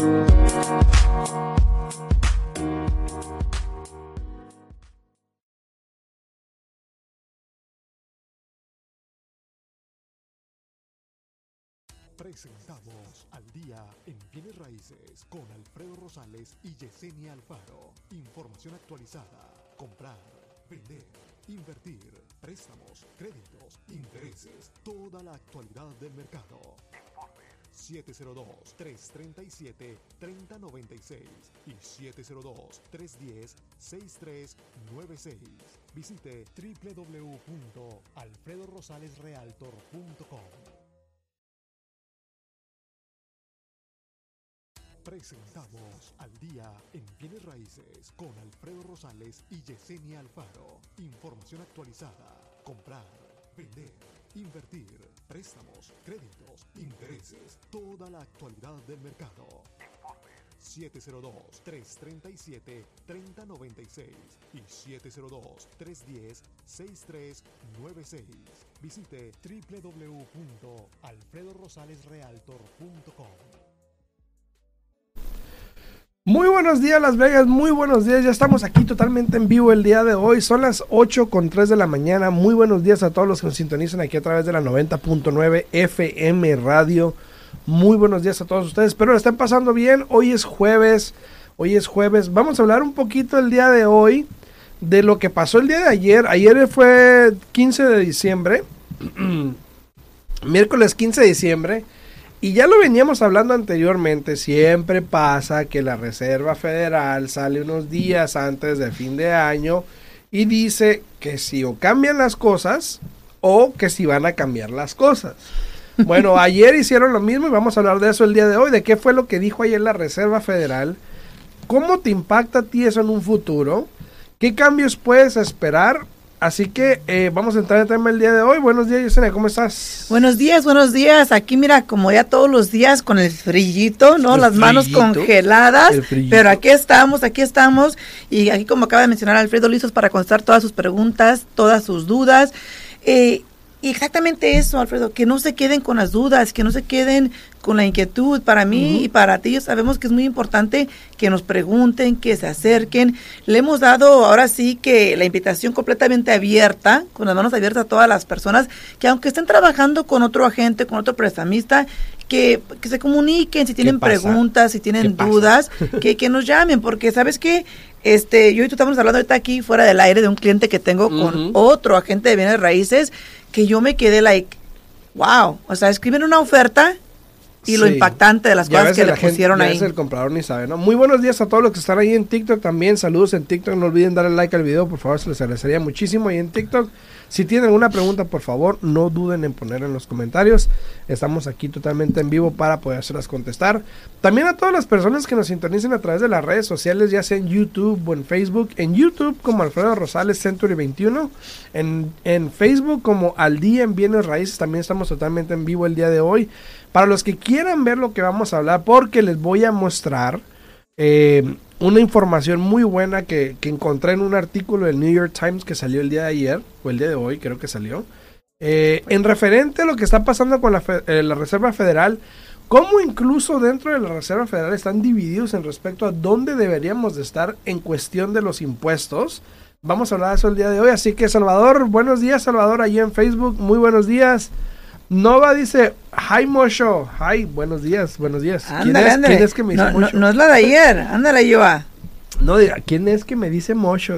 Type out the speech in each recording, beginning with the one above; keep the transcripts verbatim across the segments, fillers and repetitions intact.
Presentamos Al Día en Bienes Raíces con Alfredo Rosales y Yesenia Alfaro. Información actualizada. Comprar, vender, invertir, préstamos, créditos, intereses, toda la actualidad del mercado. siete cero dos, tres tres siete, tres cero nueve seis y siete cero dos, tres uno cero, seis tres nueve seis. Visite doble u doble u doble u punto alfredo rosales realtor punto com. Presentamos Al Día en Bienes Raíces con Alfredo Rosales y Yesenia Alfaro. Información actualizada. Comprar, vender, invertir, préstamos, créditos, intereses, toda la actualidad del mercado. siete cero dos, tres tres siete, tres cero nueve seis y siete cero dos, tres uno cero, seis tres nueve seis. Visite doble u doble u doble u punto alfredo rosales realtor punto com. Muy buenos días Las Vegas, muy buenos días, ya estamos aquí totalmente en vivo el día de hoy, son las ocho con tres de la mañana, muy buenos días a todos los que nos sintonizan aquí a través de la noventa punto nueve F M Radio, muy buenos días a todos ustedes, espero lo estén pasando bien, hoy es jueves, hoy es jueves, vamos a hablar un poquito el día de hoy de lo que pasó el día de ayer, ayer fue quince de diciembre, miércoles quince de diciembre, y ya lo veníamos hablando anteriormente, siempre pasa que la Reserva Federal sale unos días antes de fin de año y dice que si o cambian las cosas o que si van a cambiar las cosas. Bueno, ayer hicieron lo mismo y vamos a hablar de eso el día de hoy, de qué fue lo que dijo ayer la Reserva Federal, cómo te impacta a ti eso en un futuro, qué cambios puedes esperar. Así que eh, vamos a entrar en el tema el día de hoy. Buenos días, Yesenia, ¿cómo estás? Buenos días, buenos días. Aquí mira, como ya todos los días con el frillito, ¿no? El Las frillito, manos congeladas. Pero aquí estamos, aquí estamos. Y aquí, como acaba de mencionar Alfredo, listos para contestar todas sus preguntas, todas sus dudas. Eh, y exactamente eso, Alfredo, que no se queden con las dudas, que no se queden con la inquietud. Para mí uh-huh. y para ti, sabemos que es muy importante que nos pregunten, que se acerquen. Le hemos dado ahora sí que la invitación completamente abierta, con las manos abiertas a todas las personas, que aunque estén trabajando con otro agente, con otro prestamista, que, que se comuniquen si tienen preguntas, si tienen dudas, que, que nos llamen, porque ¿sabes qué? Este, yo y tú estamos hablando ahorita aquí fuera del aire de un cliente que tengo uh-huh. con otro agente de bienes raíces, que yo me quedé like, wow, o sea, escriben una oferta y sí. lo impactante de las ya cosas que le gente, pusieron ahí. El comprador ni sabe, ¿no? Muy buenos días a todos los que están ahí en TikTok también, saludos en TikTok, no olviden darle like al video, por favor, se les agradecería muchísimo ahí en TikTok. Si tienen alguna pregunta, por favor, no duden en poner en los comentarios. Estamos aquí totalmente en vivo para podérselas contestar. También a todas las personas que nos sintonicen a través de las redes sociales, ya sea en YouTube o en Facebook. En YouTube como Alfredo Rosales Century veintiuno. En, en Facebook como Al Día en Bienes Raíces. También estamos totalmente en vivo el día de hoy. Para los que quieran ver lo que vamos a hablar, porque les voy a mostrar eh, una información muy buena que, que encontré en un artículo del New York Times que salió el día de ayer, o el día de hoy creo que salió, eh, en referente a lo que está pasando con la, fe, eh, la Reserva Federal, cómo incluso dentro de la Reserva Federal están divididos en respecto a dónde deberíamos de estar en cuestión de los impuestos. Vamos a hablar de eso el día de hoy, así que Salvador, buenos días Salvador, allí en Facebook, muy buenos días. Nova dice, hi Mosho, hi, buenos días, buenos días. Ándale, ¿Quién, es, ándale. ¿Quién es que me dice no, Mosho? No, no es la de ayer, ándale Yoa. No, diga, ¿quién es que me dice Mosho?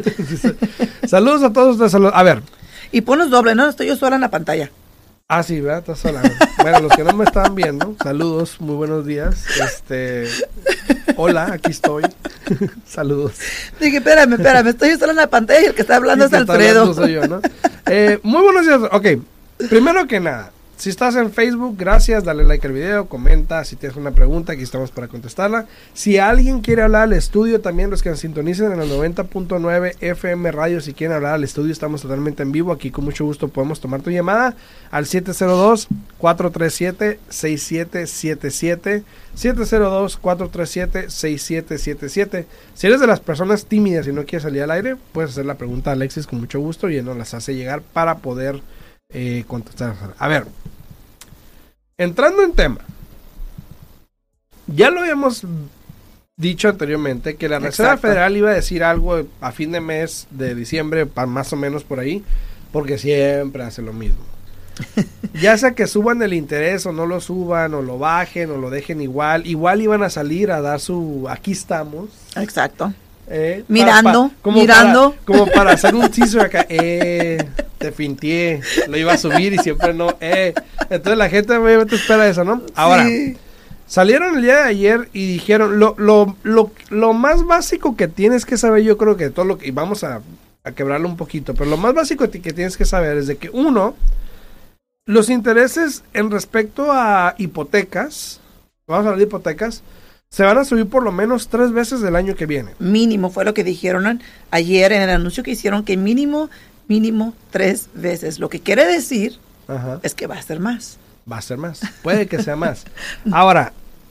Saludos a todos ustedes, saludos. A ver. Y ponos doble, ¿no? Estoy yo sola en la pantalla. Ah, sí, ¿verdad? Estás sola. Bueno, los que no me estaban viendo, saludos, muy buenos días. Este, hola, aquí estoy. Saludos. Dije, espérame, espérame, estoy yo sola en la pantalla y el que está hablando sí, es Alfredo. Soy yo, ¿no? eh, muy buenos días. Ok, primero que nada, si estás en Facebook, gracias, dale like al video, comenta, si tienes una pregunta, aquí estamos para contestarla. Si alguien quiere hablar al estudio, también los que nos sintonicen en el noventa punto nueve F M Radio, si quieren hablar al estudio, estamos totalmente en vivo, aquí con mucho gusto podemos tomar tu llamada al siete cero dos, cuatro tres siete, seis siete siete siete, siete cero dos, cuatro tres siete, seis siete siete siete. Si eres de las personas tímidas y no quieres salir al aire, puedes hacer la pregunta a Alexis con mucho gusto y él nos las hace llegar para poder Eh, contestar. A ver, entrando en tema, ya lo habíamos dicho anteriormente, que la Reserva Exacto. Federal iba a decir algo a fin de mes de diciembre, pa, más o menos por ahí, porque siempre hace lo mismo. Ya sea que suban el interés o no lo suban, o lo bajen, o lo dejen igual, igual iban a salir a dar su, aquí estamos. Exacto. Eh, Mirando, pa, pa, como mirando. Para, como para hacer un teaser acá, eh, te fintié, lo iba a subir y siempre no, eh. Entonces la gente obviamente espera eso, ¿no? Ahora, Sí. salieron el día de ayer y dijeron, lo, lo, lo, lo más básico que tienes que saber, yo creo que todo lo que, y vamos a, a quebrarlo un poquito, pero lo más básico que tienes que saber es de que uno, los intereses en respecto a hipotecas, vamos a hablar de hipotecas, se van a subir por lo menos tres veces del año que viene. Mínimo, fue lo que dijeron ayer en el anuncio que hicieron, que mínimo, mínimo tres veces. Lo que quiere decir Ajá. es que va a ser más. Va a ser más, puede que sea más. Ahora,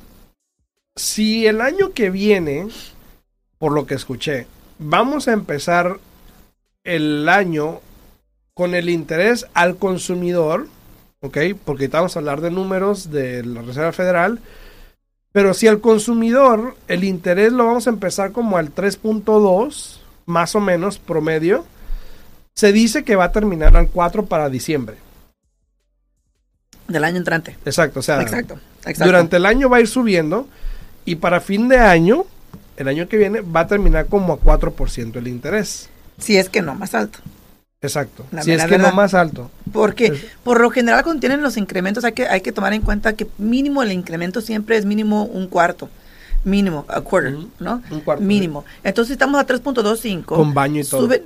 si el año que viene, por lo que escuché, vamos a empezar el año con el interés al consumidor, ¿ok? Porque vamos a hablar de números de la Reserva Federal, pero si al consumidor el interés lo vamos a empezar como al tres punto dos, más o menos promedio, se dice que va a terminar al cuatro para diciembre. Del año entrante. Exacto, o sea, Exacto, exacto. durante el año va a ir subiendo y para fin de año, el año que viene, va a terminar como a cuatro por ciento el interés. Si es que no, más alto. Exacto, La si es mera que verdad. no más alto. Porque Es- por lo general cuando tienen los incrementos hay que, hay que tomar en cuenta que mínimo el incremento siempre es mínimo un cuarto. Mínimo, a quarter, Ujú, ¿no? un cuarto, Mínimo. Entonces estamos a tres punto veinticinco. Con baño y todo. Sube,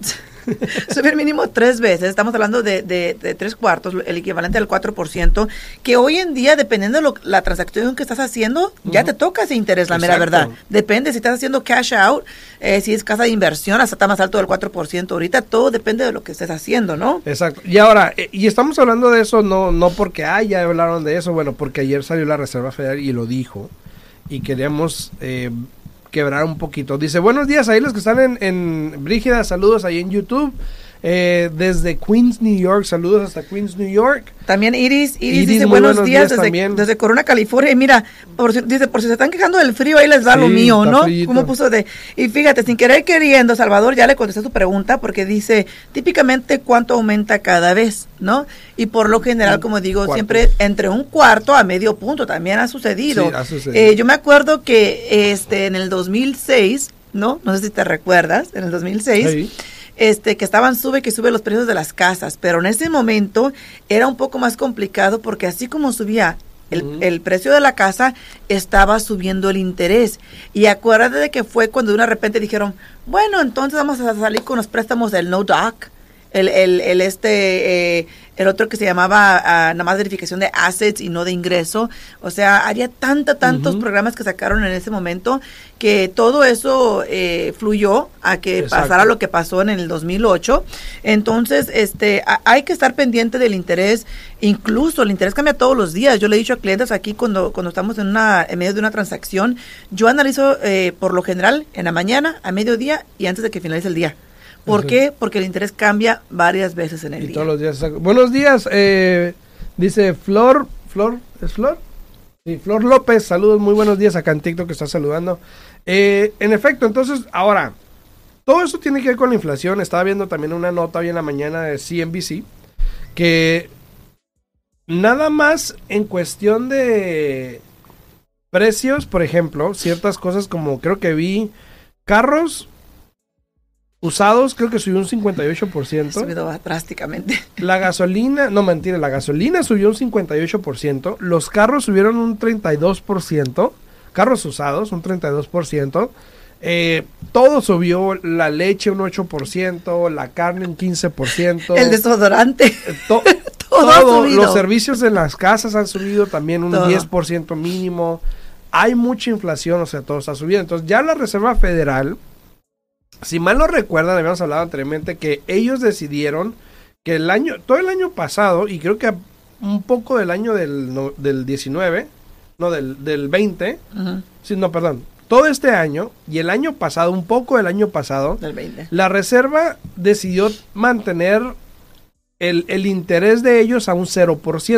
sube mínimo tres veces. Estamos hablando de, de, de tres cuartos, el equivalente al cuatro por ciento. Que hoy en día, dependiendo de lo, la transacción que estás haciendo, ya Ujú. te toca ese interés, la mera Exacto. verdad. Depende si estás haciendo cash out, eh, si es casa de inversión, hasta está más alto del cuatro por ciento. Ahorita todo depende de lo que estés haciendo, ¿no? Exacto. Y ahora, eh, y estamos hablando de eso no no porque, ah, ya hablaron de eso, bueno, porque ayer salió la Reserva Federal y lo dijo. Y queríamos eh, quebrar un poquito. Dice, buenos días, ahí los que están en, en Brígida, saludos ahí en YouTube. Eh, desde Queens, New York, saludos hasta Queens, New York. También Iris, Iris, Iris, dice muy buenos, buenos días, días desde, también. desde Corona, California. Y mira, por si, dice, por si se están quejando del frío, ahí les va Sí, lo mío, está ¿no? frillito. Como puso de... Y fíjate, sin querer queriendo, Salvador ya le contesté su pregunta porque dice, típicamente, ¿cuánto aumenta cada vez, no? Y por lo general, Un como digo, cuarto. siempre entre un cuarto a medio punto también ha sucedido. Sí, ha sucedido. Eh, yo me acuerdo que este en el dos mil seis, ¿no? No sé si te recuerdas, en el dos mil seis... Sí. Este, que estaban sube que sube los precios de las casas, pero en ese momento era un poco más complicado porque así como subía el, Ujú. el precio de la casa, estaba subiendo el interés. Y acuérdate de que fue cuando de una repente dijeron, bueno, entonces vamos a salir con los préstamos del no doc, el, el, el este, eh, el otro que se llamaba ah, nada más verificación de assets y no de ingreso. O sea, había tanta, tantos Ujú. programas que sacaron en ese momento que todo eso eh, fluyó a que Exacto. pasara lo que pasó en el dos mil ocho. Entonces, este, a- hay que estar pendiente del interés. Incluso el interés cambia todos los días. Yo le he dicho a clientes aquí cuando, cuando estamos en una, en medio de una transacción, yo analizo eh, por lo general en la mañana, a mediodía y antes de que finalice el día. ¿Por Ujú. qué? Porque el interés cambia varias veces en el Y día. todos los días. exacto. Buenos días, eh, dice Flor, Flor, ¿es Flor? Sí, Flor López, saludos, muy buenos días acá en TikTok que está saludando. Eh, en efecto, entonces, ahora, todo eso tiene que ver con la inflación. Estaba viendo también una nota hoy en la mañana de C N B C que nada más en cuestión de precios, por ejemplo, ciertas cosas como creo que vi carros usados, creo que subió un cincuenta y ocho por Ha ciento. subido drásticamente. La gasolina, no mentira, la gasolina subió un cincuenta y ocho por ciento, los carros subieron un treinta y dos por ciento, carros usados un treinta y dos por ciento, eh, todo subió, la leche un ocho por ciento, la carne un quince por ciento, El desodorante. eh, to- Todo ha todo, subido. los servicios en las casas han subido también un Todo. diez por ciento mínimo, hay mucha inflación, o sea, todo está subiendo. Entonces ya la Reserva Federal, si mal no recuerdan, habíamos hablado anteriormente que ellos decidieron que el año, todo el año pasado, y creo que un poco del año del, no- del diecinueve, no, del, del veinte, Ujú, sí, no, perdón, todo este año y el año pasado, un poco del año pasado, del veinte. la Reserva decidió mantener el, el interés de ellos a un cero por ciento.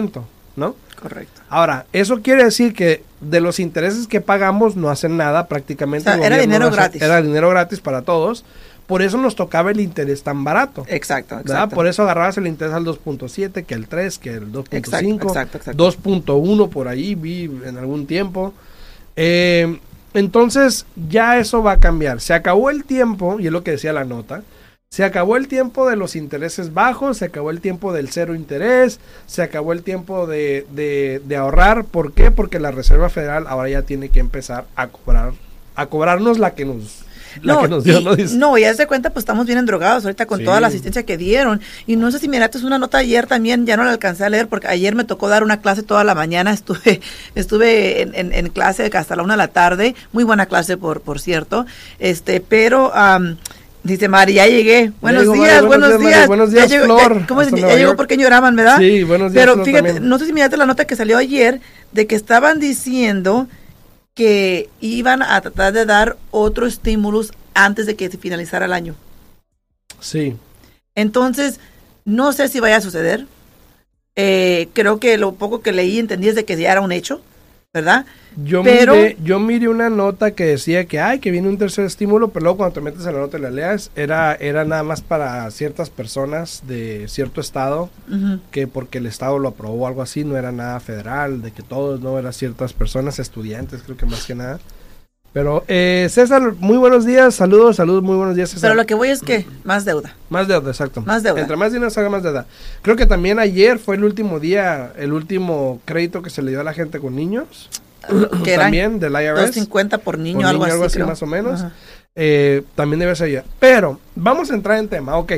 ¿no? Correcto. Ahora, eso quiere decir que de los intereses que pagamos no hacen nada prácticamente. O sea, era dinero no hace, gratis. Era dinero gratis para todos. Por eso nos tocaba el interés tan barato. Exacto, ¿verdad? exacto. Por eso agarrabas el interés al dos punto siete, que el tres, que el dos punto cinco, exacto, exacto. dos punto uno por ahí vi en algún tiempo. Eh, entonces ya eso va a cambiar. Se acabó el tiempo, y es lo que decía la nota, se acabó el tiempo de los intereses bajos, se acabó el tiempo del cero interés, se acabó el tiempo de, de, de ahorrar. ¿Por qué? Porque la Reserva Federal ahora ya tiene que empezar a cobrar, a cobrarnos la que nos... La no, que nos dio, y, ¿no? Dice. no, ya se cuenta, pues estamos bien endrogados ahorita con Sí. toda la asistencia que dieron. Y no sé si miraste una nota ayer también, ya no la alcancé a leer porque ayer me tocó dar una clase toda la mañana. Estuve estuve en, en, en clase hasta la una de la tarde. Muy buena clase, por por cierto. este Pero... Um, dice Mari, ya llegué. Buenos Llego, días, Mari, buenos días. Mari, buenos días, ya llegó, Flor. Ya, ¿cómo Hasta ya Nueva llegó York. porque lloraban, verdad? Sí, buenos días. Pero Flor, fíjate, también. no sé si miraste la nota que salió ayer de que estaban diciendo que iban a tratar de dar otro estímulo antes de que se finalizara el año. Sí. Entonces, no sé si vaya a suceder. Eh, creo que lo poco que leí entendí es de que ya era un hecho, ¿verdad? Yo, Pero- miré, yo miré una nota que decía que, ay, que viene un tercer estímulo, pero luego cuando te metes a la nota y la leas, era, era nada más para ciertas personas de cierto estado, Ujú. que porque el estado lo aprobó o algo así, no era nada federal, de que todos, no, eran ciertas personas, estudiantes, creo que más que nada. Pero, eh, César, muy buenos días, saludos, saludos, muy buenos días, César. Pero lo que voy es que más deuda. Más deuda, exacto. Más deuda. Entre más dinero se haga más deuda. Creo que también ayer fue el último día, el último crédito que se le dio a la gente con niños. Que eran También del I R S. dos cincuenta por niño, Por algo niño, así. algo así creo. más o menos. Ajá. Eh, también debe ser ya. Pero vamos a entrar en tema, ok.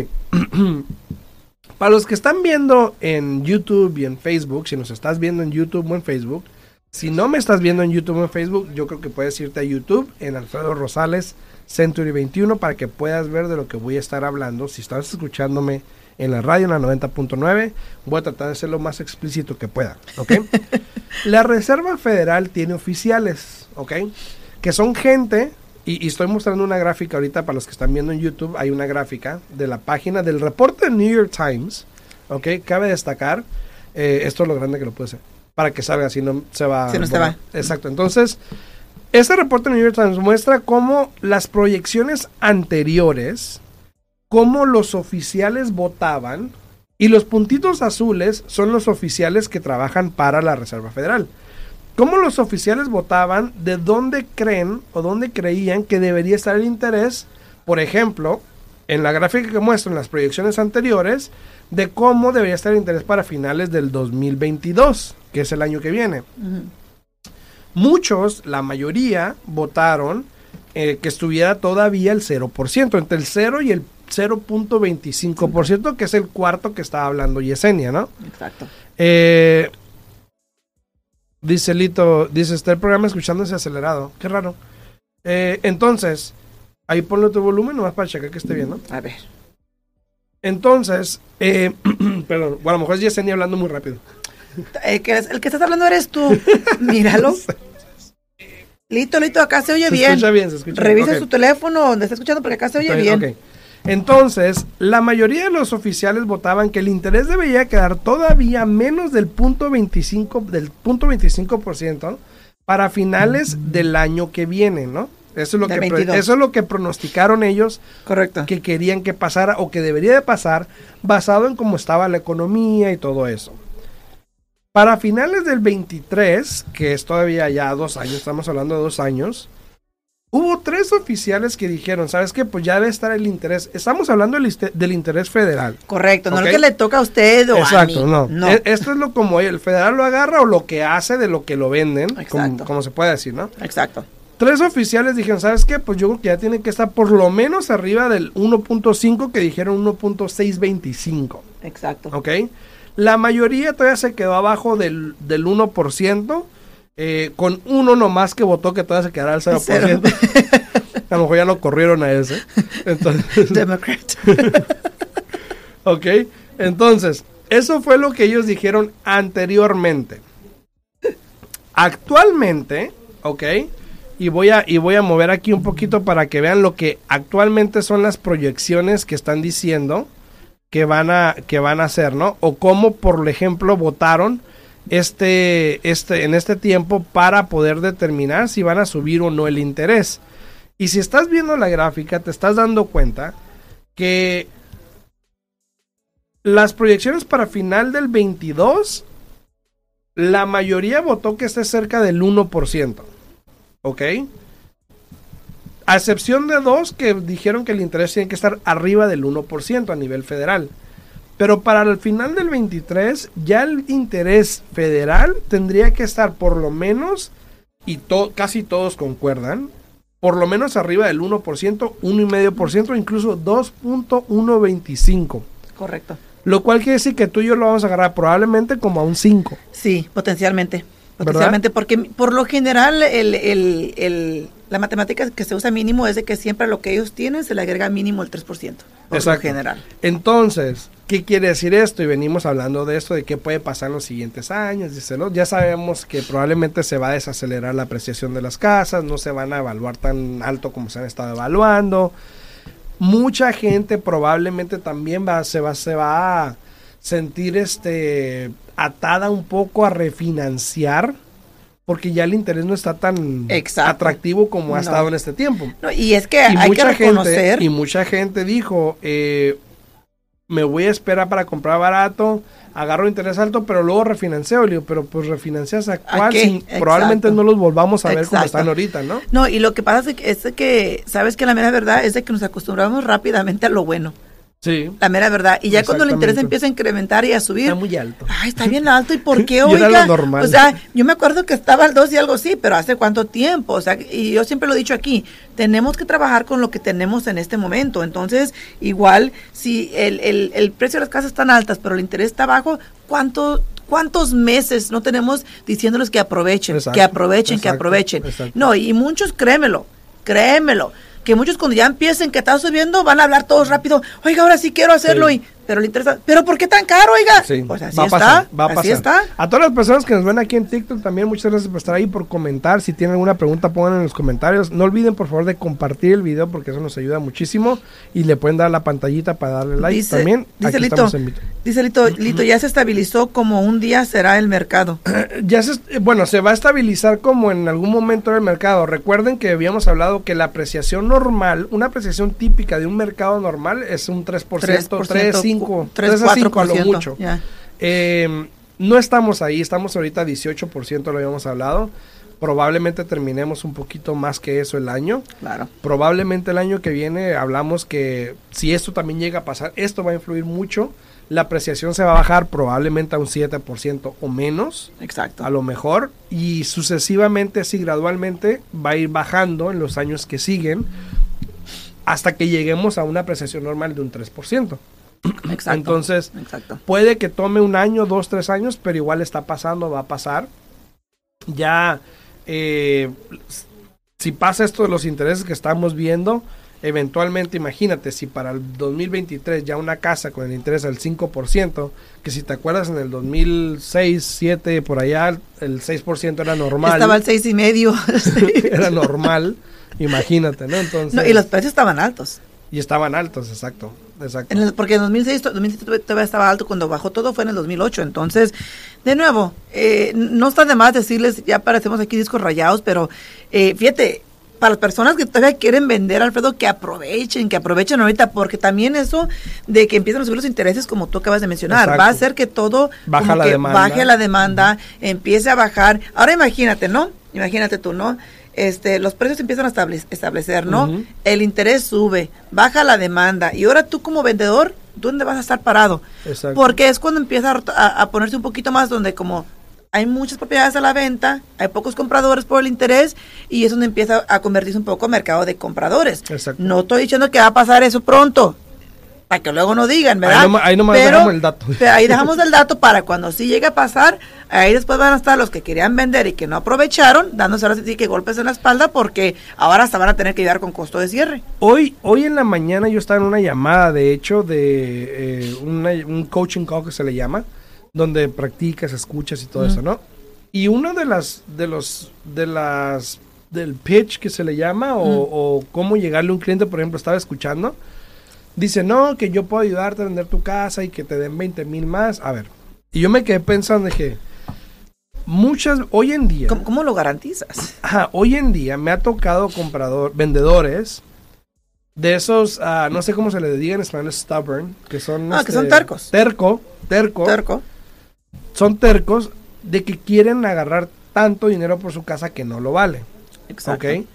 Para los que están viendo en YouTube y en Facebook, si nos estás viendo en YouTube o en Facebook, si no me estás viendo en YouTube o en Facebook, yo creo que puedes irte a YouTube en Alfredo Rosales Century veintiuno para que puedas ver de lo que voy a estar hablando. Si estás escuchándome en la radio en la noventa punto nueve, voy a tratar de ser lo más explícito que pueda, ¿ok? La Reserva Federal tiene oficiales, ¿ok? Que son gente, y, y estoy mostrando una gráfica ahorita para los que están viendo en YouTube, hay una gráfica de la página del reporte del New York Times, ¿ok? Cabe destacar, eh, esto es lo grande que lo puede ser, para que salga, si no se va. Si no se bueno, va. Exacto, entonces, este reporte del New York Times muestra cómo las proyecciones anteriores, cómo los oficiales votaban, y los puntitos azules son los oficiales que trabajan para la Reserva Federal. Cómo los oficiales votaban, de dónde creen o dónde creían que debería estar el interés, por ejemplo, en la gráfica que muestro en las proyecciones anteriores, de cómo debería estar el interés para finales del dos mil veintidós, que es el año que viene. Ujú. Muchos, la mayoría, votaron eh, que estuviera todavía el cero por ciento, entre el cero y el cero punto veinticinco por ciento, que es el cuarto que estaba hablando Yesenia, ¿no? Exacto. Eh, dice Lito, dice, está el programa escuchándose acelerado. Qué raro. Eh, entonces, ahí ponle tu volumen nomás para checar que esté bien, ¿no? A ver. Entonces, eh, perdón, bueno, a lo mejor es Yesenia hablando muy rápido. El que, el que estás hablando eres tú. Míralo. Lito, Lito, acá se oye Se bien. escucha bien, se escucha Revisa bien. su Ok. teléfono donde está escuchando porque acá se oye Está bien. ok. Entonces, la mayoría de los oficiales votaban que el interés debería quedar todavía menos del punto veinticinco, del punto veinticinco por ciento para finales del año que viene, ¿no? Eso es lo Del que pro- veintidós. eso es lo que pronosticaron ellos Correcto. que querían que pasara o que debería de pasar basado en cómo estaba la economía y todo eso. Para finales del veintitrés, que es todavía ya dos años, estamos hablando de dos años, hubo tres oficiales que dijeron, ¿sabes qué? Pues ya debe estar el interés. Estamos hablando del, iste- del interés federal. Correcto. No Ok. lo que le toca a usted o Exacto, a mí. no. No. E- Esto es lo como el federal lo agarra o lo que hace de lo que lo venden, como, Exacto. como se puede decir, ¿no? Exacto. Tres oficiales dijeron, ¿sabes qué? Pues yo creo que ya tiene que estar por lo menos arriba del uno punto cinco, que dijeron uno punto seiscientos veinticinco, Exacto. ¿ok? La mayoría todavía se quedó abajo del, del uno por ciento, eh, con uno nomás que votó que todavía se quedara al cero por ciento. A lo mejor ya lo corrieron a ese. Entonces, Democrat. ok, entonces, eso fue lo que ellos dijeron anteriormente. Actualmente, ok, y voy a, y voy a mover aquí un poquito para que vean lo que actualmente son las proyecciones que están diciendo que van a, que van a hacer, ¿no? O cómo, por ejemplo, votaron este, este, en este tiempo para poder determinar si van a subir o no el interés. Y si estás viendo la gráfica, te estás dando cuenta que las proyecciones para final del veintidós, la mayoría votó que esté cerca del uno por ciento. ¿Ok? A excepción de dos que dijeron que el interés tiene que estar arriba del uno por ciento a nivel federal. Pero para el final del veintitrés, ya el interés federal tendría que estar por lo menos, y to- casi todos concuerdan, por lo menos arriba del uno por ciento, uno coma cinco por ciento, incluso dos punto ciento veinticinco. Correcto. Lo cual quiere decir que tú y yo lo vamos a agarrar probablemente como a un cinco. Sí, potencialmente. Potencialmente, ¿verdad? Porque por lo general el, el, el, la matemática que se usa mínimo es de que siempre a lo que ellos tienen se le agrega mínimo el tres por ciento. Por Exacto. Lo general. Entonces, ¿qué quiere decir esto? Y venimos hablando de esto, de qué puede pasar en los siguientes años. Dice, ¿no? Ya sabemos que probablemente se va a desacelerar la apreciación de las casas, no se van a evaluar tan alto como se han estado evaluando. Mucha gente probablemente también va, se, va, se va a sentir este atada un poco a refinanciar, porque ya el interés no está tan Exacto. atractivo como ha no. estado en este tiempo. No, y es que y hay que reconocer... Gente, y mucha gente dijo, eh, me voy a esperar para comprar barato, agarro interés alto, pero luego refinancio. Le digo, pero pues refinancias a cuál, si probablemente no los volvamos a ver Exacto. como están ahorita, ¿no? No, y lo que pasa es que, es que, sabes que la mera verdad es de que nos acostumbramos rápidamente a lo bueno. Sí. La mera verdad. Y ya cuando el interés empieza a incrementar y a subir. Está muy alto. Ay, está bien alto. ¿Y por qué, oiga? Era lo normal. O sea, yo me acuerdo que estaba al dos y algo sí, pero ¿hace cuánto tiempo? O sea, y yo siempre lo he dicho aquí, tenemos que trabajar con lo que tenemos en este momento. Entonces, igual, si el, el, el precio de las casas están altas, pero el interés está bajo, ¿cuánto... ¿Cuántos meses no tenemos diciéndoles que aprovechen, exacto, que aprovechen, exacto, que aprovechen? Exacto. No, y muchos, créemelo, créemelo, que muchos cuando ya empiecen que está subiendo van a hablar todos rápido, oiga, ahora sí quiero hacerlo, sí. y pero le interesa, pero ¿por qué tan caro, oiga? Sí, pues así va a está, pasar, va a así pasar. está. A todas las personas que nos ven aquí en TikTok también, muchas gracias por estar ahí, por comentar. Si tienen alguna pregunta, pongan en los comentarios. No olviden, por favor, de compartir el video porque eso nos ayuda muchísimo. Y le pueden dar la pantallita para darle like dice, también. Dice aquí Lito, dice Lito, Lito, ya se estabilizó como un día será el mercado. ya se, bueno, se va a estabilizar como en algún momento del mercado. Recuerden que habíamos hablado que la apreciación normal, una apreciación típica de un mercado normal es un tres por ciento, tres, cinco, tres a cinco a lo mucho. Yeah. Eh, no estamos ahí, estamos ahorita a dieciocho por ciento, lo habíamos hablado. Probablemente terminemos un poquito más que eso el año. Claro. Probablemente el año que viene hablamos que si esto también llega a pasar, esto va a influir mucho. La apreciación se va a bajar probablemente a un siete por ciento o menos. Exacto. A lo mejor. Y sucesivamente, así gradualmente, va a ir bajando en los años que siguen hasta que lleguemos a una apreciación normal de un tres por ciento. Exacto. Entonces, Exacto. puede que tome un año, dos, tres años, pero igual está pasando, va a pasar. Ya, eh, si pasa esto de los intereses que estamos viendo, eventualmente, imagínate, si para el dos mil veintitrés ya una casa con el interés al cinco por ciento, que si te acuerdas en el dos mil seis, siete, por allá, el seis por ciento era normal. Estaba al seis y medio. Era normal, imagínate, ¿no? Entonces, no, y los precios estaban altos. Y estaban altos, exacto. Exacto. En el, porque en dos mil seis, dos mil siete todavía estaba alto, cuando bajó todo fue en el dos mil ocho. Entonces, de nuevo, eh, no está de más decirles, ya parecemos aquí discos rayados, pero eh, fíjate, para las personas que todavía quieren vender, Alfredo, que aprovechen, que aprovechen ahorita, porque también eso de que empiezan a subir los intereses, como tú acabas de mencionar, exacto, va a hacer que todo Baja como la que demanda. baje la demanda, uh-huh, empiece a bajar. Ahora imagínate, ¿no? Imagínate tú, ¿no? Este, los precios empiezan a establec- establecer, ¿no? Uh-huh. El interés sube, baja la demanda, y ahora tú como vendedor, ¿dónde vas a estar parado? Exacto. Porque es cuando empieza a, a ponerse un poquito más, donde como hay muchas propiedades a la venta, hay pocos compradores por el interés, y es donde empieza a convertirse un poco mercado de compradores. Exacto. No estoy diciendo que va a pasar eso pronto, para que luego no digan, ¿verdad? Ahí, no, ahí nomás pero, dejamos el dato. Pero ahí dejamos el dato para cuando sí llegue a pasar, ahí después van a estar los que querían vender y que no aprovecharon, dándose ahora sí que golpes en la espalda, porque ahora hasta van a tener que llegar con costo de cierre. Hoy hoy en la mañana yo estaba en una llamada, de hecho, de eh, una, un coaching call que se le llama, donde practicas, escuchas y todo, uh-huh, eso, ¿no? Y uno de las, de los, de las, del pitch que se le llama, o, uh-huh, o cómo llegarle a un cliente, por ejemplo, estaba escuchando, dice, no, que yo puedo ayudarte a vender tu casa y que te den veinte mil más. A ver, y yo me quedé pensando, dije, muchas, hoy en día. ¿Cómo, cómo lo garantizas? Ajá, hoy en día me ha tocado comprador, vendedores de esos, uh, no sé cómo se les diga en español, stubborn, que son... Ah, este, que son tercos. Terco, terco. Terco. Son tercos de que quieren agarrar tanto dinero por su casa que no lo vale. Exacto. ¿Ok?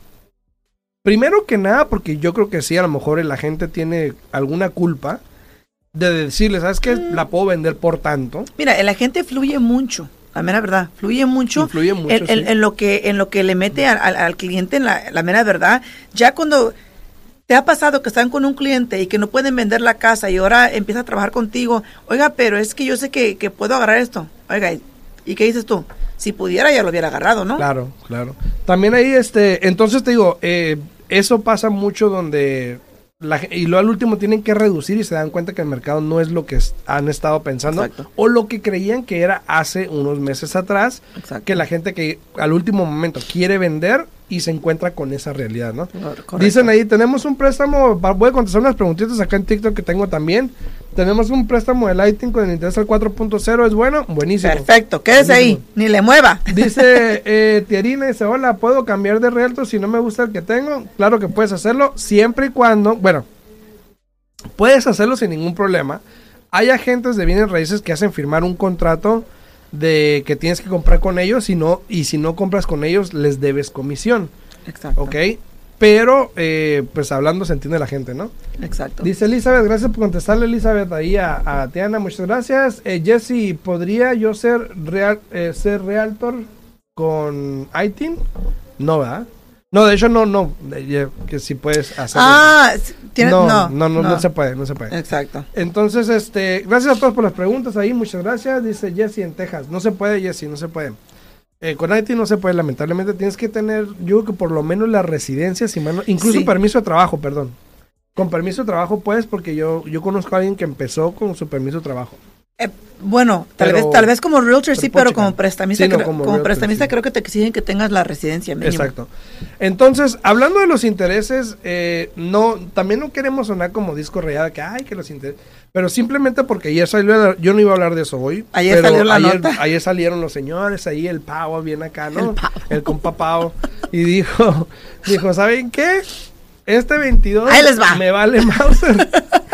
Primero que nada, porque yo creo que sí, a lo mejor la gente tiene alguna culpa de decirle, ¿sabes qué? Mm. La puedo vender por tanto. Mira, la gente fluye mucho, la mera verdad, fluye mucho, Influye mucho en, sí. en, en lo que en lo que le mete al, al, al cliente en la, la mera verdad. Ya cuando te ha pasado que están con un cliente y que no pueden vender la casa y ahora empieza a trabajar contigo, oiga, pero es que yo sé que, que puedo agarrar esto. Oiga, ¿y qué dices tú? Si pudiera ya lo hubiera agarrado, ¿no? Claro, claro. También ahí, este, entonces te digo, eh, eso pasa mucho donde, la, y luego al último tienen que reducir y se dan cuenta que el mercado no es lo que es, han estado pensando. Exacto. O lo que creían que era hace unos meses atrás. Exacto. Que la gente que al último momento quiere vender y se encuentra con esa realidad, ¿no? Correcto. Dicen ahí, tenemos un préstamo, voy a contestar unas preguntitas acá en TikTok que tengo también. Tenemos un préstamo de Lightning con el interés al cuatro punto cero, ¿es bueno? Buenísimo. Perfecto, quédese ahí, ni le mueva. Dice eh, Tierina, dice, hola, ¿puedo cambiar de realtor si no me gusta el que tengo? Claro que puedes hacerlo, siempre y cuando, bueno, puedes hacerlo sin ningún problema. Hay agentes de bienes raíces que hacen firmar un contrato de que tienes que comprar con ellos y, no, y si no compras con ellos les debes comisión. Exacto. ¿Ok? Pero, eh, pues hablando se entiende la gente, ¿no? Exacto. Dice Elizabeth, gracias por contestarle, Elizabeth, ahí a, a Tiana, muchas gracias. Eh, Jesse, ¿podría yo ser real, eh, ser realtor con I T I N? No, ¿verdad? No, de hecho no, no, de, que si puedes hacerlo. Ah, ¿tienes? No, No no, no, no, no se puede, no se puede. Exacto. Entonces, este, gracias a todos por las preguntas ahí, muchas gracias. Dice Jesse en Texas, no se puede, Jesse, no se puede. Eh, con I T no se puede, lamentablemente tienes que tener, yo creo que por lo menos la residencia, si mano, incluso sí. Permiso de trabajo, perdón. Con permiso de trabajo puedes, porque yo yo conozco a alguien que empezó con su permiso de trabajo. Eh, bueno, tal pero, vez tal vez como realtor sí, pero como prestamista, sí, no, como, como realtor, prestamista sí. Creo que te exigen que tengas la residencia mínimo. Exacto. Entonces, hablando de los intereses, eh, no, también no queremos sonar como disco rayado, que ay, que los intereses, pero simplemente porque ayer salió, yo no iba a hablar de eso hoy. Ayer pero salió la ayer, nota. Ayer salieron los señores, ahí el Pavo viene acá, ¿no? El, pavo. el compa Pavo. Y dijo, dijo, ¿saben qué? Este veintidós ahí les va. Me vale Mauser.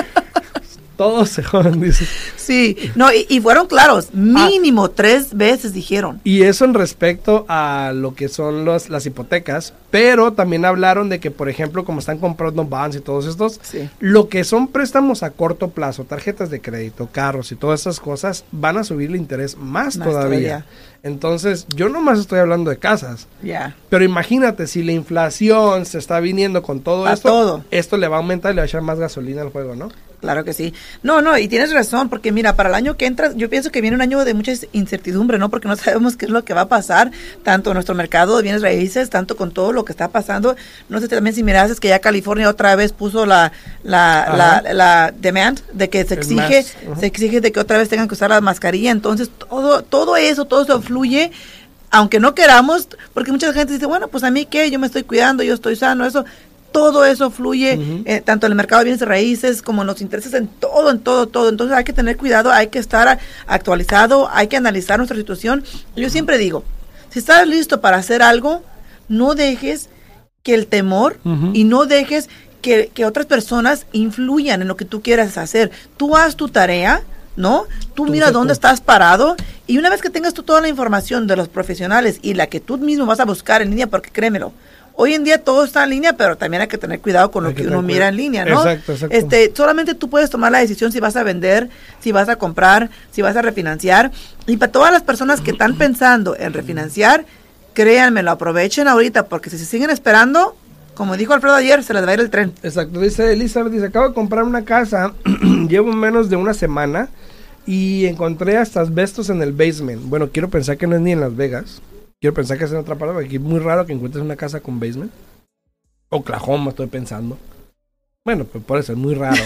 Todos se jodan, dice. Sí, no, y, y fueron claros, mínimo ah, tres veces dijeron. Y eso en respecto a lo que son los, las hipotecas, pero también hablaron de que, por ejemplo, como están comprando bonds y todos estos, sí. Lo que son préstamos a corto plazo, tarjetas de crédito, carros y todas esas cosas, van a subir el interés más, más todavía. todavía. Entonces, yo nomás estoy hablando de casas. Ya. Yeah. Pero imagínate, si la inflación se está viniendo con todo a esto, todo. Esto le va a aumentar y le va a echar más gasolina al juego, ¿no? Claro que sí. No, no, y tienes razón, porque mira, para el año que entra, yo pienso que viene un año de mucha incertidumbre, ¿no? Porque no sabemos qué es lo que va a pasar, tanto en nuestro mercado de bienes raíces, tanto con todo lo que está pasando. No sé también si miraste que ya California otra vez puso la la, la, la demand de que se exige, uh-huh. se exige de que otra vez tengan que usar la mascarilla. Entonces, todo, todo eso, todo eso fluye, aunque no queramos, porque mucha gente dice, bueno, pues a mí qué, yo me estoy cuidando, yo estoy sano, eso... Todo eso fluye, uh-huh. eh, tanto en el mercado de bienes raíces como en los intereses, en todo, en todo, todo. Entonces hay que tener cuidado, hay que estar actualizado, hay que analizar nuestra situación. Yo siempre digo, si estás listo para hacer algo, no dejes que el temor uh-huh. y no dejes que, que otras personas influyan en lo que tú quieras hacer. Tú haz tu tarea, ¿no? Tú, tú mira dónde tú. estás parado y una vez que tengas tú toda la información de los profesionales y la que tú mismo vas a buscar en línea, porque créemelo, hoy en día todo está en línea, pero también hay que tener cuidado con lo que, que uno mira en línea, ¿no? Exacto, exacto. Este, solamente tú puedes tomar la decisión si vas a vender, si vas a comprar, si vas a refinanciar. Y para todas las personas que están pensando en refinanciar, créanme, lo aprovechen ahorita, porque si se siguen esperando, como dijo Alfredo ayer, se les va a ir el tren. Exacto, dice Elizabeth, dice, acabo de comprar una casa, llevo menos de una semana y encontré hasta asbestos en el basement. Bueno, quiero pensar que no es ni en Las Vegas. Quiero pensar que es en otra parte, porque aquí es muy raro que encuentres una casa con basement. Oklahoma, estoy pensando. Bueno, pues puede ser muy raro.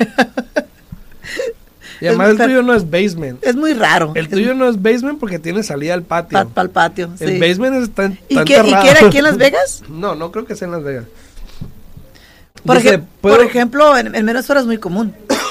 Y además el tuyo no es basement. Es muy raro. El tuyo no es basement porque tiene salida al patio. Para pa el patio, sí. El basement está en ¿Y qué, ¿Y qué era aquí en Las Vegas? No, no creo que sea en Las Vegas. Por, Dice, ej- por ejemplo, en, en Minnesota es muy común.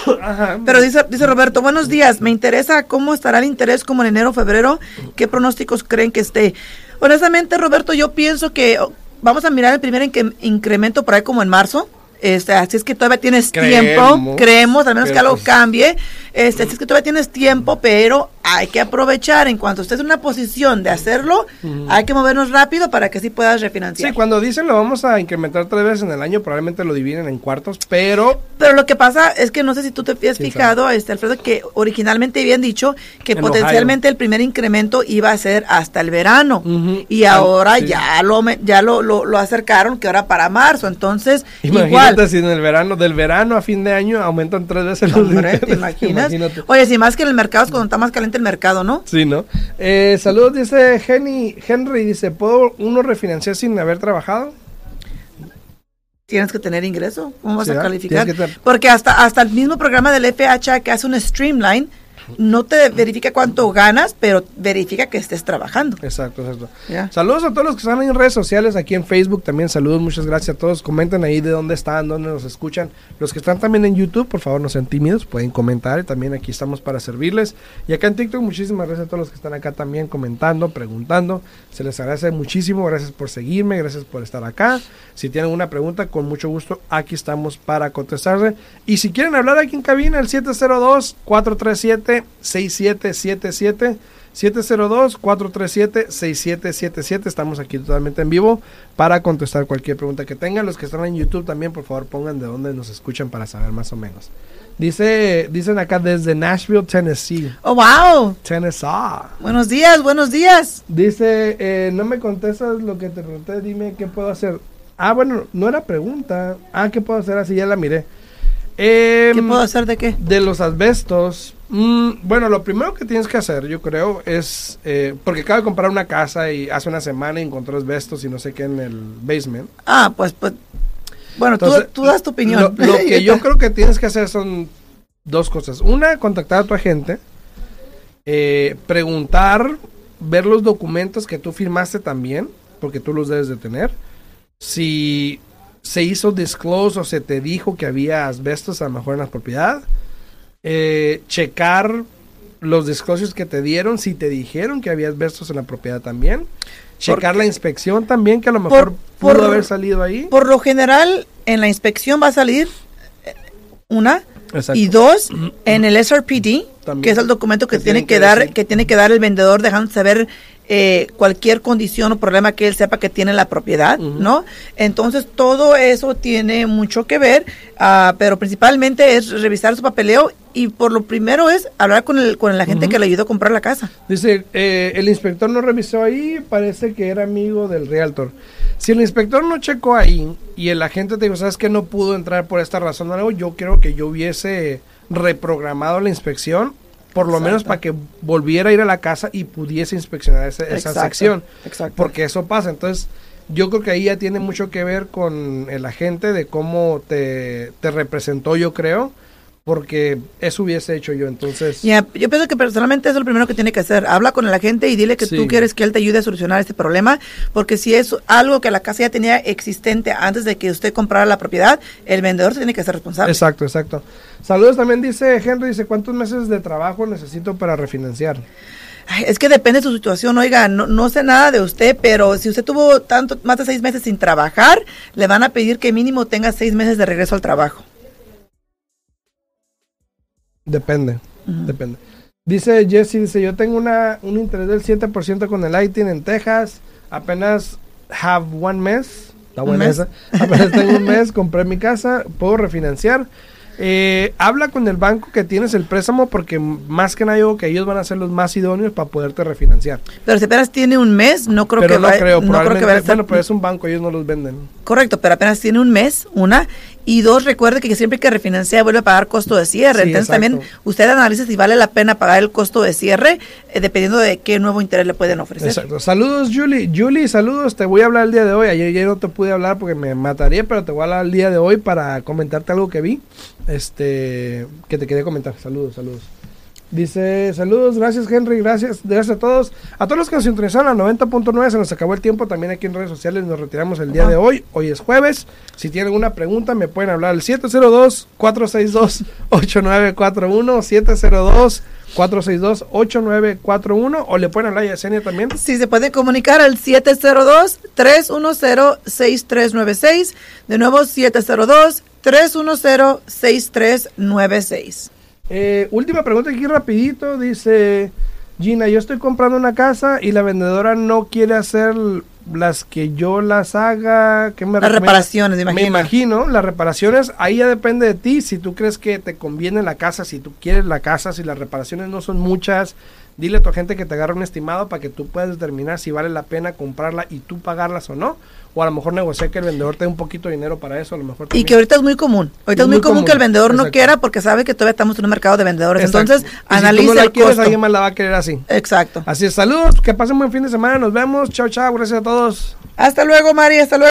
Ajá. Pero dice, dice Roberto, buenos días, me interesa cómo estará el interés como en enero o febrero, ¿qué pronósticos creen que esté? Honestamente, Roberto, yo pienso que vamos a mirar el primer inc- incremento por ahí como en marzo. Este, así es que todavía tienes creemos, tiempo, creemos, al menos que algo cambie, este, así es que todavía tienes tiempo, pero hay que aprovechar, en cuanto estés en una posición de hacerlo, uh-huh. hay que movernos rápido para que así puedas refinanciar. Sí, cuando dicen lo vamos a incrementar tres veces en el año, probablemente lo dividen en cuartos, pero... Pero lo que pasa es que no sé si tú te has fijado, este, Alfredo, que originalmente habían dicho que en potencialmente Ohio. El primer incremento iba a ser hasta el verano, uh-huh. y ahora sí. ya lo ya lo, lo, lo acercaron, que ahora para marzo, entonces Imagínate igual... si en el verano, del verano a fin de año aumentan tres veces los Hombre, ¿te imaginas? Imagínate. Oye, si más que en el mercado es cuando está más caliente el mercado, ¿no? Sí, ¿no? Eh, saludos, dice Henry, Henry, dice, ¿puedo uno refinanciar sin haber trabajado? Tienes que tener ingreso, ¿cómo vas sí, a ¿eh? calificar? Porque hasta, hasta el mismo programa del F H A que hace un streamline, no te verifica cuánto ganas, pero verifica que estés trabajando. Exacto, exacto. Yeah. Saludos a todos los que están en redes sociales, aquí en Facebook también, saludos, muchas gracias a todos. Comenten ahí de dónde están, dónde nos escuchan. Los que están también en YouTube, por favor, no sean tímidos, pueden comentar, y también aquí estamos para servirles. Y acá en TikTok, muchísimas gracias a todos los que están acá también comentando, preguntando. Se les agradece muchísimo, gracias por seguirme, gracias por estar acá. Si tienen una pregunta, con mucho gusto, aquí estamos para contestarle. Y si quieren hablar aquí en cabina, el siete cero dos, cuatro tres siete, seis siete siete siete, siete cero dos, cuatro tres siete, seis siete siete siete. Estamos aquí totalmente en vivo para contestar cualquier pregunta que tengan. Los que están en YouTube también, por favor, pongan de dónde nos escuchan para saber más o menos. Dice, dicen acá desde Nashville, Tennessee. Oh, wow. Tennessee. Buenos días, buenos días. Dice, eh, no me contestas lo que te pregunté, dime qué puedo hacer. Ah, bueno, no era pregunta. Ah, ¿qué puedo hacer? Así ya la miré. Eh, ¿Qué puedo hacer de qué? De los asbestos. Mm, bueno, lo primero que tienes que hacer, yo creo, es... Eh, porque acabo de comprar una casa y hace una semana encontré asbestos y no sé qué en el basement. Ah, pues... pues bueno, Entonces, tú, tú das tu opinión. Lo, lo que yo creo que tienes que hacer son dos cosas. Una, contactar a tu agente. Eh, preguntar, ver los documentos que tú firmaste también, porque tú los debes de tener. Si se hizo disclose o se te dijo que había asbestos a lo mejor en la propiedad. Eh, checar los disclosures que te dieron, si te dijeron que había asbestos en la propiedad también. Checar la inspección también, que a lo mejor por, pudo por, haber salido ahí. Por lo general, en la inspección va a salir una. Exacto. Y dos, en el S R P D, también, que es el documento que, que tiene que, que dar, decir. que tiene que dar el vendedor, dejando saber eh, cualquier condición o problema que él sepa que tiene la propiedad, uh-huh. ¿no? Entonces, todo eso tiene mucho que ver, uh, pero principalmente es revisar su papeleo, y por lo primero es hablar con el con la gente uh-huh. que le ayudó a comprar la casa. Dice, eh, el inspector no revisó ahí, parece que era amigo del realtor. Si el inspector no checó ahí y el agente te dijo, ¿sabes qué? No pudo entrar por esta razón o algo, yo creo que yo hubiese reprogramado la inspección, por lo Exacto. menos para que volviera a ir a la casa y pudiese inspeccionar ese, esa Exacto. sección. Exacto. Porque eso pasa. Entonces, yo creo que ahí ya tiene mucho que ver con el agente, de cómo te, te representó, yo creo. Porque eso hubiese hecho yo, entonces... Yeah, yo pienso que personalmente eso es lo primero que tiene que hacer. Habla con el agente y dile que sí. tú quieres que él te ayude a solucionar este problema, porque si es algo que la casa ya tenía existente antes de que usted comprara la propiedad, el vendedor se tiene que hacer responsable. Exacto, exacto. Saludos también, dice Henry, dice, ¿cuántos meses de trabajo necesito para refinanciar? Ay, es que depende de su situación, oiga, no, no sé nada de usted, pero si usted tuvo tanto más de seis meses sin trabajar, le van a pedir que mínimo tenga seis meses de regreso al trabajo. Depende, uh-huh. depende. Dice Jesse, dice, yo tengo una un interés del siete por ciento con el I T I N en Texas, apenas have one mes, está buena esa, apenas tengo un mes, compré mi casa, puedo refinanciar. Eh, habla con el banco que tienes el préstamo, porque más que nada digo que ellos van a ser los más idóneos para poderte refinanciar. Pero si apenas tiene un mes, no creo pero que no va, creo, no creo que vaya a ser... Bueno, pero es un banco, ellos no los venden. Correcto, pero apenas tiene un mes, una, y dos, recuerde que siempre que refinancia vuelve a pagar costo de cierre. Sí, entonces exacto. también usted analiza si vale la pena pagar el costo de cierre, eh, dependiendo de qué nuevo interés le pueden ofrecer. Exacto. Saludos, Julie. Julie, saludos. Te voy a hablar el día de hoy. Ayer ya no te pude hablar porque me mataría, pero te voy a hablar el día de hoy para comentarte algo que vi, este, que te quería comentar. Saludos, saludos. Dice, saludos, gracias Henry, gracias, gracias a todos. A todos los que nos sintonizaron a noventa punto nueve, se nos acabó el tiempo. También aquí en redes sociales nos retiramos el día de hoy. Hoy es jueves. Si tienen alguna pregunta me pueden hablar al siete cero dos, cuatro seis dos, ocho nueve cuatro uno, siete cero dos, cuatro seis dos, ocho nueve cuatro uno, o le pueden hablar a Yesenia también. Sí, se puede comunicar al siete cero dos, tres uno cero, seis tres nueve seis. De nuevo, siete cero dos, tres uno cero, seis tres nueve seis. Eh, última pregunta aquí rapidito, dice Gina, yo estoy comprando una casa y la vendedora no quiere hacer las que yo las haga. ¿Qué me las reparaciones, me imagino. Me imagino, las reparaciones, ahí ya depende de ti, si tú crees que te conviene la casa, si tú quieres la casa, si las reparaciones no son muchas, dile a tu agente que te agarre un estimado para que tú puedas determinar si vale la pena comprarla y tú pagarlas o no. O a lo mejor negociar que el vendedor te dé un poquito de dinero para eso, a lo mejor también. Y que ahorita es muy común. Ahorita es muy, muy común, común que el vendedor Exacto. no quiera porque sabe que todavía estamos en un mercado de vendedores. Exacto. Entonces, analiza si tú no la el quieres, costo. Alguien más la va a querer así. Exacto. Así es. Saludos, que pasen buen fin de semana. Nos vemos. Chao, chao. Gracias a todos. Hasta luego, Mari. Hasta luego.